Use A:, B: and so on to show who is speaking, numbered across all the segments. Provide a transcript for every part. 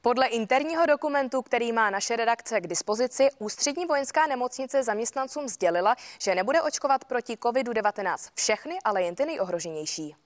A: Podle interního dokumentu, který má naše redakce k dispozici, Ústřední vojenská nemocnice zaměstnancům sdělila, že nebude očkovat proti COVID-19 všechny, ale jen ty nejohroženější.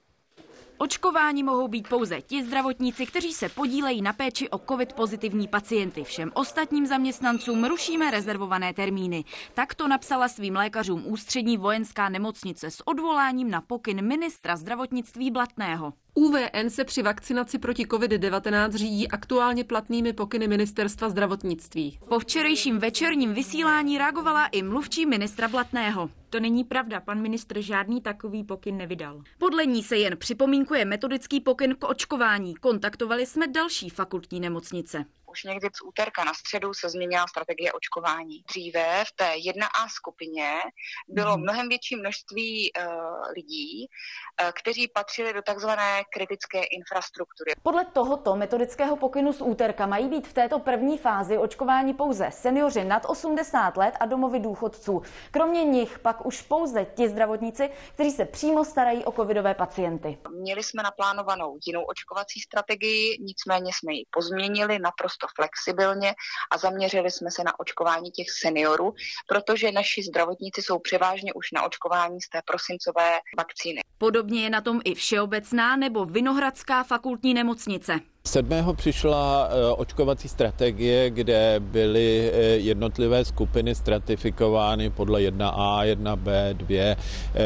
B: Očkování mohou být pouze ti zdravotníci, kteří se podílejí na péči o COVID pozitivní pacienty. Všem ostatním zaměstnancům rušíme rezervované termíny. Tak to napsala svým lékařům Ústřední vojenská nemocnice s odvoláním na pokyn ministra zdravotnictví Blatného.
C: ÚVN se při vakcinaci proti COVID-19 řídí aktuálně platnými pokyny ministerstva zdravotnictví.
B: Po včerejším večerním vysílání reagovala i mluvčí ministra Blatného.
D: To není pravda, pan ministr žádný takový pokyn nevydal.
B: Podle ní se jen připomínkuje metodický pokyn k očkování. Kontaktovali jsme další fakultní nemocnice.
E: Už někdy z úterka na středu se změnila strategie očkování. Dříve v té 1A skupině bylo mnohem větší množství lidí, kteří patřili do takzvané kritické infrastruktury.
B: Podle tohoto metodického pokynu z úterka mají být v této první fázi očkování pouze seniori nad 80 let a domovy důchodců. Kromě nich pak už pouze ti zdravotníci, kteří se přímo starají o covidové pacienty.
E: Měli jsme naplánovanou jinou očkovací strategii, nicméně jsme ji pozměnili naprosto flexibilně a zaměřili jsme se na očkování těch seniorů, protože naši zdravotníci jsou převážně už na očkování z té prosincové vakcíny.
B: Podobně je na tom i Všeobecná nebo Vinohradská fakultní nemocnice.
F: 7. přišla očkovací strategie, kde byly jednotlivé skupiny stratifikovány podle 1A, 1B, 2,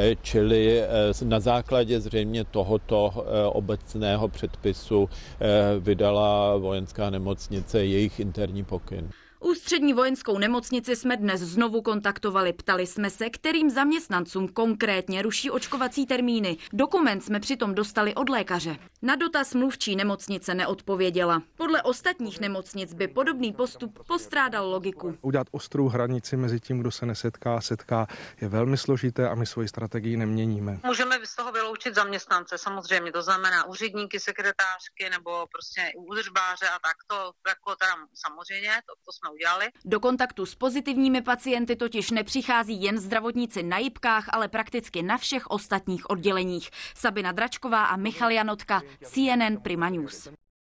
F: čili na základě zřejmě tohoto obecného předpisu vydala vojenská nemocnice jejich interní pokyn.
B: Ústřední vojenskou nemocnici jsme dnes znovu kontaktovali. Ptali jsme se, kterým zaměstnancům konkrétně ruší očkovací termíny. Dokument jsme přitom dostali od lékaře. Na dotaz mluvčí nemocnice neodpověděla. Podle ostatních nemocnic by podobný postup postrádal logiku.
G: Udělat ostrou hranici mezi tím, kdo se nesetká, je velmi složité a my svoji strategii neměníme.
H: Můžeme z toho vyloučit zaměstnance, samozřejmě, to znamená úředníky, sekretářky nebo prostě údržbáře a tak to jako tam samozřejmě, to jsme udělali.
B: Do kontaktu s pozitivními pacienty totiž nepřichází jen zdravotníci na jipkách, ale prakticky na všech ostatních odděleních. Sabina Dračková a Michal Janotka, CNN Prima News.